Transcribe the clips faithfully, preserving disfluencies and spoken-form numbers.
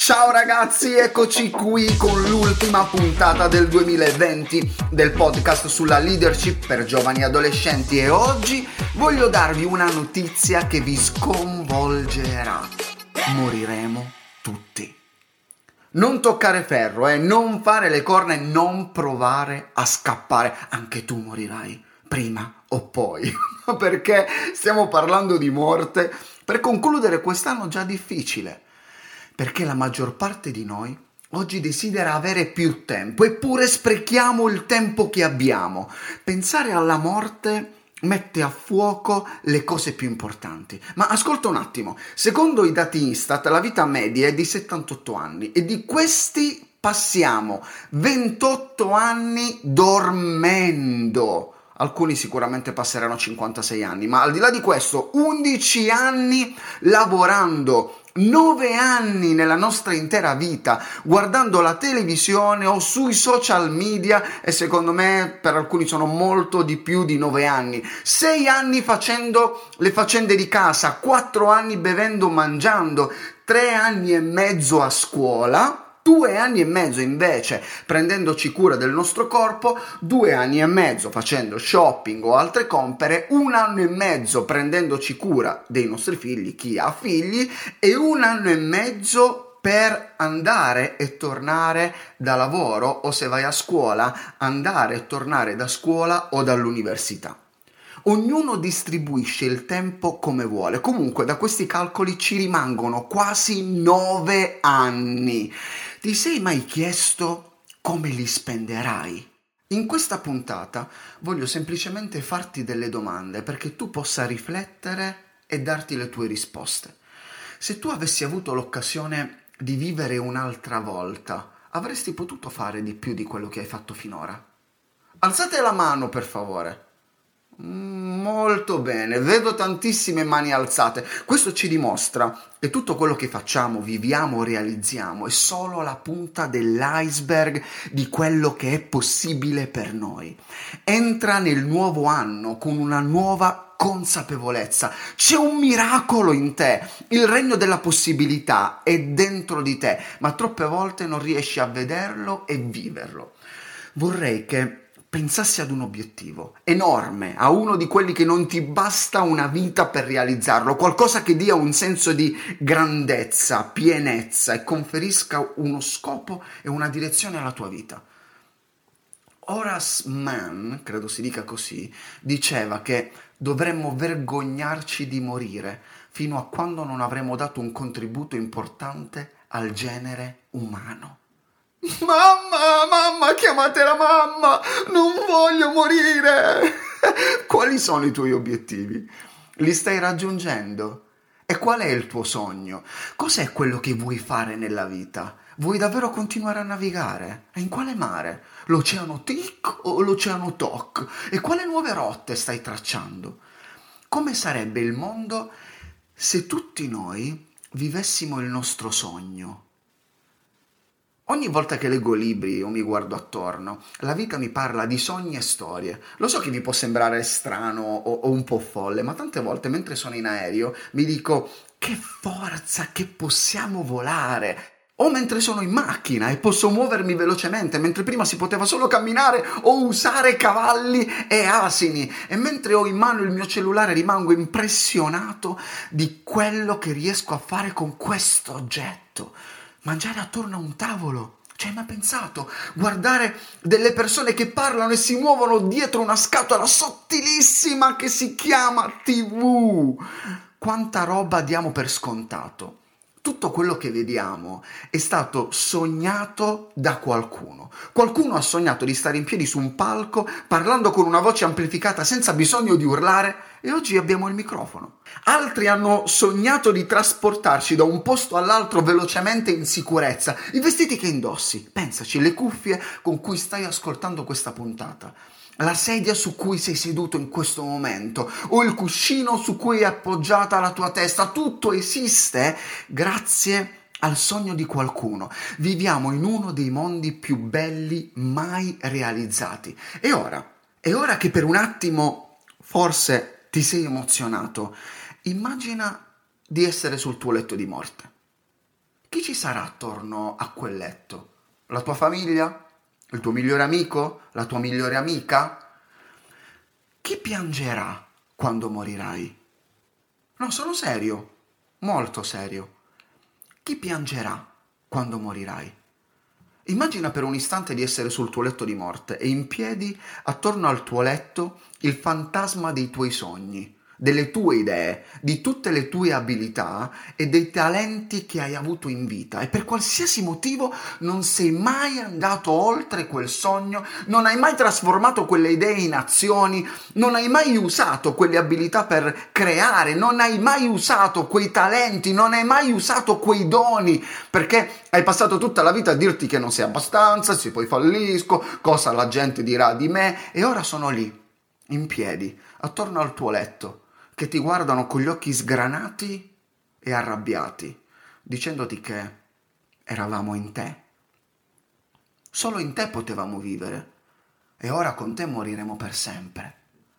Ciao ragazzi, eccoci qui con l'ultima puntata del duemilaventi del podcast sulla leadership per giovani e adolescenti e oggi voglio darvi una notizia che vi sconvolgerà. Moriremo tutti. Non toccare ferro, eh, non fare le corna e non provare a scappare. Anche tu morirai, prima o poi. Perché stiamo parlando di morte per concludere quest'anno già difficile. Perché la maggior parte di noi oggi desidera avere più tempo, eppure sprechiamo il tempo che abbiamo. Pensare alla morte mette a fuoco le cose più importanti. Ma ascolta un attimo, secondo i dati Istat la vita media è di settantotto anni e di questi passiamo ventotto anni dormendo. Alcuni sicuramente passeranno cinquantasei anni, ma al di là di questo, undici anni lavorando, nove anni nella nostra intera vita, guardando la televisione o sui social media, e secondo me per alcuni sono molto di più di nove anni, sei anni facendo le faccende di casa, quattro anni bevendo, mangiando, tre anni e mezzo a scuola, due anni e mezzo invece prendendoci cura del nostro corpo, due anni e mezzo facendo shopping o altre compere, un anno e mezzo prendendoci cura dei nostri figli, chi ha figli, e un anno e mezzo per andare e tornare da lavoro o se vai a scuola, andare e tornare da scuola o dall'università. Ognuno distribuisce il tempo come vuole, comunque da questi calcoli ci rimangono quasi nove anni. Ti sei mai chiesto come li spenderai? In questa puntata voglio semplicemente farti delle domande perché tu possa riflettere e darti le tue risposte. Se tu avessi avuto l'occasione di vivere un'altra volta, avresti potuto fare di più di quello che hai fatto finora? Alzate la mano, per favore. Molto bene, vedo tantissime mani alzate. Questo ci dimostra che tutto quello che facciamo, viviamo, realizziamo è solo la punta dell'iceberg di quello che è possibile per noi. Entra nel nuovo anno con una nuova consapevolezza. C'è un miracolo in te, il regno della possibilità è dentro di te, ma troppe volte non riesci a vederlo e viverlo. Vorrei che pensassi ad un obiettivo enorme, a uno di quelli che non ti basta una vita per realizzarlo, qualcosa che dia un senso di grandezza, pienezza e conferisca uno scopo e una direzione alla tua vita. Horace Mann, credo si dica così, diceva che dovremmo vergognarci di morire fino a quando non avremo dato un contributo importante al genere umano. Mamma, mamma, chiamate la mamma, non voglio morire. Quali sono i tuoi obiettivi? Li stai raggiungendo? E qual è il tuo sogno? Cos'è quello che vuoi fare nella vita? Vuoi davvero continuare a navigare? E in quale mare? L'oceano Tic o l'oceano Toc? E quale nuove rotte stai tracciando? Come sarebbe il mondo se tutti noi vivessimo il nostro sogno? Ogni volta che leggo libri o mi guardo attorno, la vita mi parla di sogni e storie. Lo so che vi può sembrare strano o, o un po' folle, ma tante volte mentre sono in aereo mi dico che forza che possiamo volare! O mentre sono in macchina e posso muovermi velocemente, mentre prima si poteva solo camminare o usare cavalli e asini. E mentre ho in mano il mio cellulare rimango impressionato di quello che riesco a fare con questo oggetto. Mangiare attorno a un tavolo, ci hai mai pensato? Guardare delle persone che parlano e si muovono dietro una scatola sottilissima che si chiama tivù. Quanta roba diamo per scontato. Tutto quello che vediamo è stato sognato da qualcuno. Qualcuno ha sognato di stare in piedi su un palco parlando con una voce amplificata senza bisogno di urlare e oggi abbiamo il microfono. Altri hanno sognato di trasportarci da un posto all'altro velocemente in sicurezza. I vestiti che indossi, pensaci, le cuffie con cui stai ascoltando questa puntata. La sedia su cui sei seduto in questo momento o il cuscino su cui è appoggiata la tua testa, tutto esiste grazie al sogno di qualcuno. Viviamo in uno dei mondi più belli mai realizzati. E ora, e ora che per un attimo forse ti sei emozionato, immagina di essere sul tuo letto di morte. Chi chi ci sarà attorno a quel letto? La tua famiglia? Il tuo migliore amico? La tua migliore amica? Chi piangerà quando morirai? No, sono serio, molto serio. Chi piangerà quando morirai? Immagina per un istante di essere sul tuo letto di morte e in piedi, attorno al tuo letto, il fantasma dei tuoi sogni, delle tue idee, di tutte le tue abilità e dei talenti che hai avuto in vita e per qualsiasi motivo non sei mai andato oltre quel sogno, non hai mai trasformato quelle idee in azioni, non hai mai usato quelle abilità per creare, non hai mai usato quei talenti, non hai mai usato quei doni, perché hai passato tutta la vita a dirti che non sei abbastanza, se poi fallisco, cosa la gente dirà di me, e ora sono lì, in piedi, attorno al tuo letto, che ti guardano con gli occhi sgranati e arrabbiati, dicendoti che eravamo in te. Solo in te potevamo vivere e ora con te moriremo per sempre.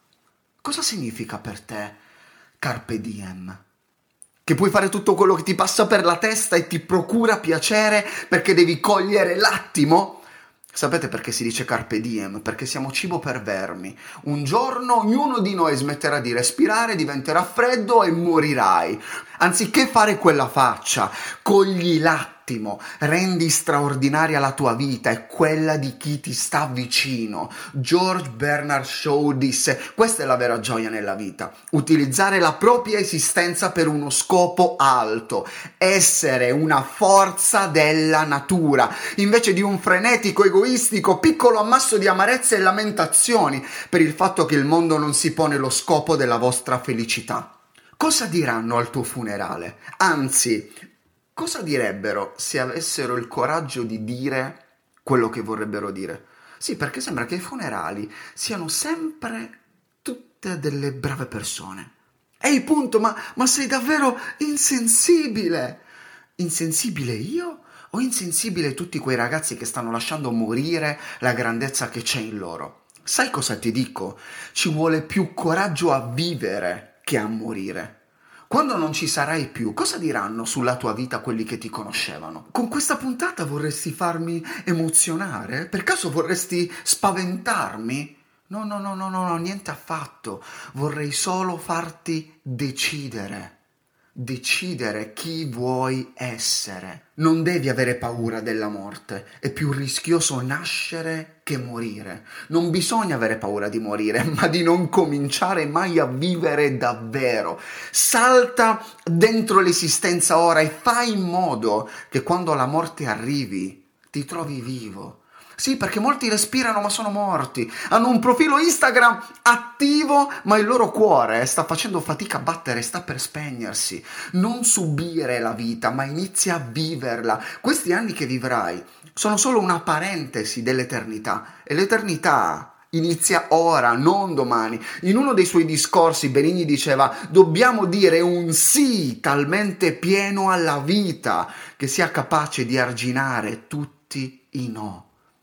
Cosa significa per te carpe diem? Che puoi fare tutto quello che ti passa per la testa e ti procura piacere perché devi cogliere l'attimo? Sapete perché si dice carpe diem? Perché siamo cibo per vermi. Un giorno ognuno di noi smetterà di respirare, diventerà freddo e morirai. Anziché fare quella faccia, cogli l'attimo, rendi straordinaria la tua vita e quella di chi ti sta vicino. George Bernard Shaw disse: questa è la vera gioia nella vita, utilizzare la propria esistenza per uno scopo alto, essere una forza della natura, invece di un frenetico, egoistico, piccolo ammasso di amarezze e lamentazioni per il fatto che il mondo non si pone lo scopo della vostra felicità. Cosa diranno al tuo funerale? Anzi, cosa direbbero se avessero il coraggio di dire quello che vorrebbero dire? Sì, perché sembra che i funerali siano sempre tutte delle brave persone. Ehi, punto, ma, ma sei davvero insensibile! Insensibile io? O insensibile tutti quei ragazzi che stanno lasciando morire la grandezza che c'è in loro? Sai cosa ti dico? Ci vuole più coraggio a vivere che a morire. Quando non ci sarai più, cosa diranno sulla tua vita quelli che ti conoscevano? Con questa puntata vorresti farmi emozionare? Per caso vorresti spaventarmi? No, no, no, no, no, no, niente affatto. Vorrei solo farti decidere. Decidere chi vuoi essere. Non devi avere paura della morte, è più rischioso nascere che morire. Non bisogna avere paura di morire, ma di non cominciare mai a vivere davvero. Salta dentro l'esistenza ora e fai in modo che quando la morte arrivi ti trovi vivo. Sì, perché molti respirano ma sono morti, hanno un profilo Instagram attivo ma il loro cuore sta facendo fatica a battere, sta per spegnersi. Non subire la vita ma inizia a viverla. Questi anni che vivrai sono solo una parentesi dell'eternità e l'eternità inizia ora, non domani. In uno dei suoi discorsi Benigni diceva: dobbiamo dire un sì talmente pieno alla vita che sia capace di arginare tutti i no.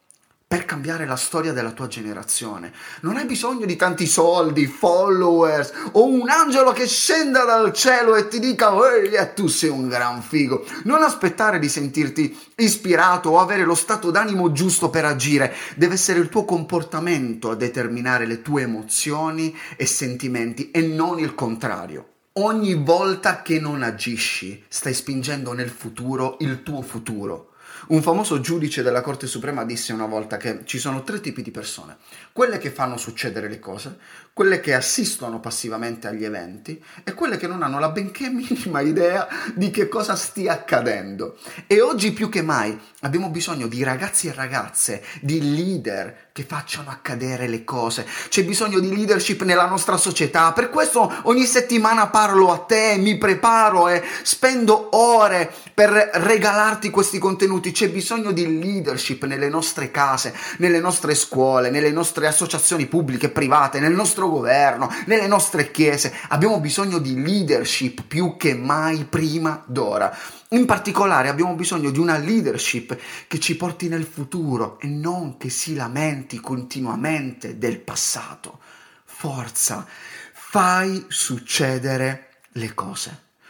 Per cambiare la storia della tua generazione. Non hai bisogno di tanti soldi, followers o un angelo che scenda dal cielo e ti dica ehi, tu sei un gran figo. Non aspettare di sentirti ispirato o avere lo stato d'animo giusto per agire. Deve essere il tuo comportamento a determinare le tue emozioni e sentimenti e non il contrario. Ogni volta che non agisci, stai spingendo nel futuro il tuo futuro. Un famoso giudice della Corte Suprema disse una volta che ci sono tre tipi di persone: quelle che fanno succedere le cose, quelle che assistono passivamente agli eventi e quelle che non hanno la benché minima idea di che cosa stia accadendo. E oggi più che mai abbiamo bisogno di ragazzi e ragazze, di leader che facciano accadere le cose. C'è bisogno di leadership nella nostra società. Per questo ogni settimana parlo a te, mi preparo e spendo ore per regalarti questi contenuti. C'è bisogno di leadership nelle nostre case, nelle nostre scuole, nelle nostre associazioni pubbliche e private, nel nostro governo, nelle nostre chiese. Abbiamo bisogno di leadership più che mai prima d'ora. In particolare abbiamo bisogno di una leadership che ci porti nel futuro e non che si lamenti continuamente del passato. Forza, fai succedere le cose.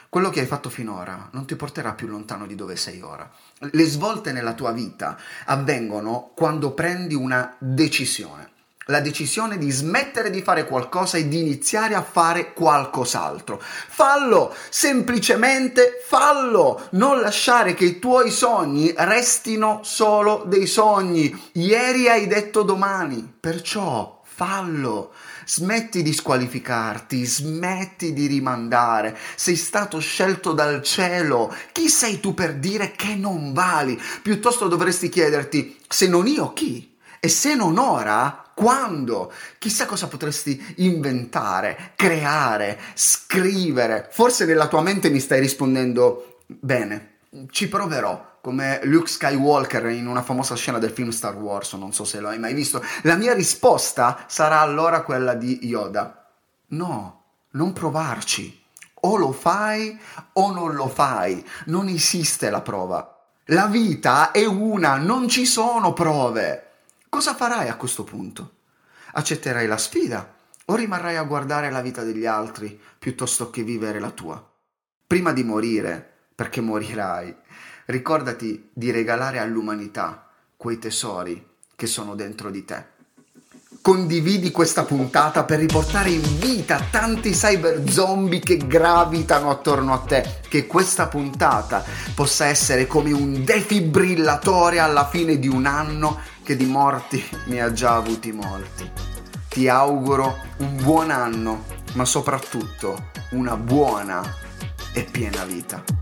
quello che hai fatto finora non ti porterà più lontano di dove sei ora. Le svolte nella tua vita avvengono quando prendi una decisione. La decisione di smettere di fare qualcosa e di iniziare a fare qualcos'altro. Fallo, semplicemente fallo. Non lasciare che i tuoi sogni restino solo dei sogni. Ieri hai detto domani, perciò fallo. Smetti di squalificarti, smetti di rimandare. Sei stato scelto dal cielo. Chi sei tu per dire che non vali? Piuttosto dovresti chiederti, se non io chi? E se non ora, quando? Chissà cosa potresti inventare, creare, scrivere. Forse nella tua mente mi stai rispondendo, bene, ci proverò, come Luke Skywalker in una famosa scena del film Star Wars, non so se lo hai mai visto. La mia risposta sarà allora quella di Yoda. No, non provarci. O lo fai o non lo fai. Non esiste la prova. La vita è una, non ci sono prove. Cosa farai a questo punto? Accetterai la sfida o rimarrai a guardare la vita degli altri piuttosto che vivere la tua? Prima di morire, perché morirai, ricordati di regalare all'umanità quei tesori che sono dentro di te. Condividi questa puntata per riportare in vita tanti cyber zombie che gravitano attorno a te. Che questa puntata possa essere come un defibrillatore alla fine di un anno che di morti ne ha già avuti molti. Ti auguro un buon anno, ma soprattutto una buona e piena vita.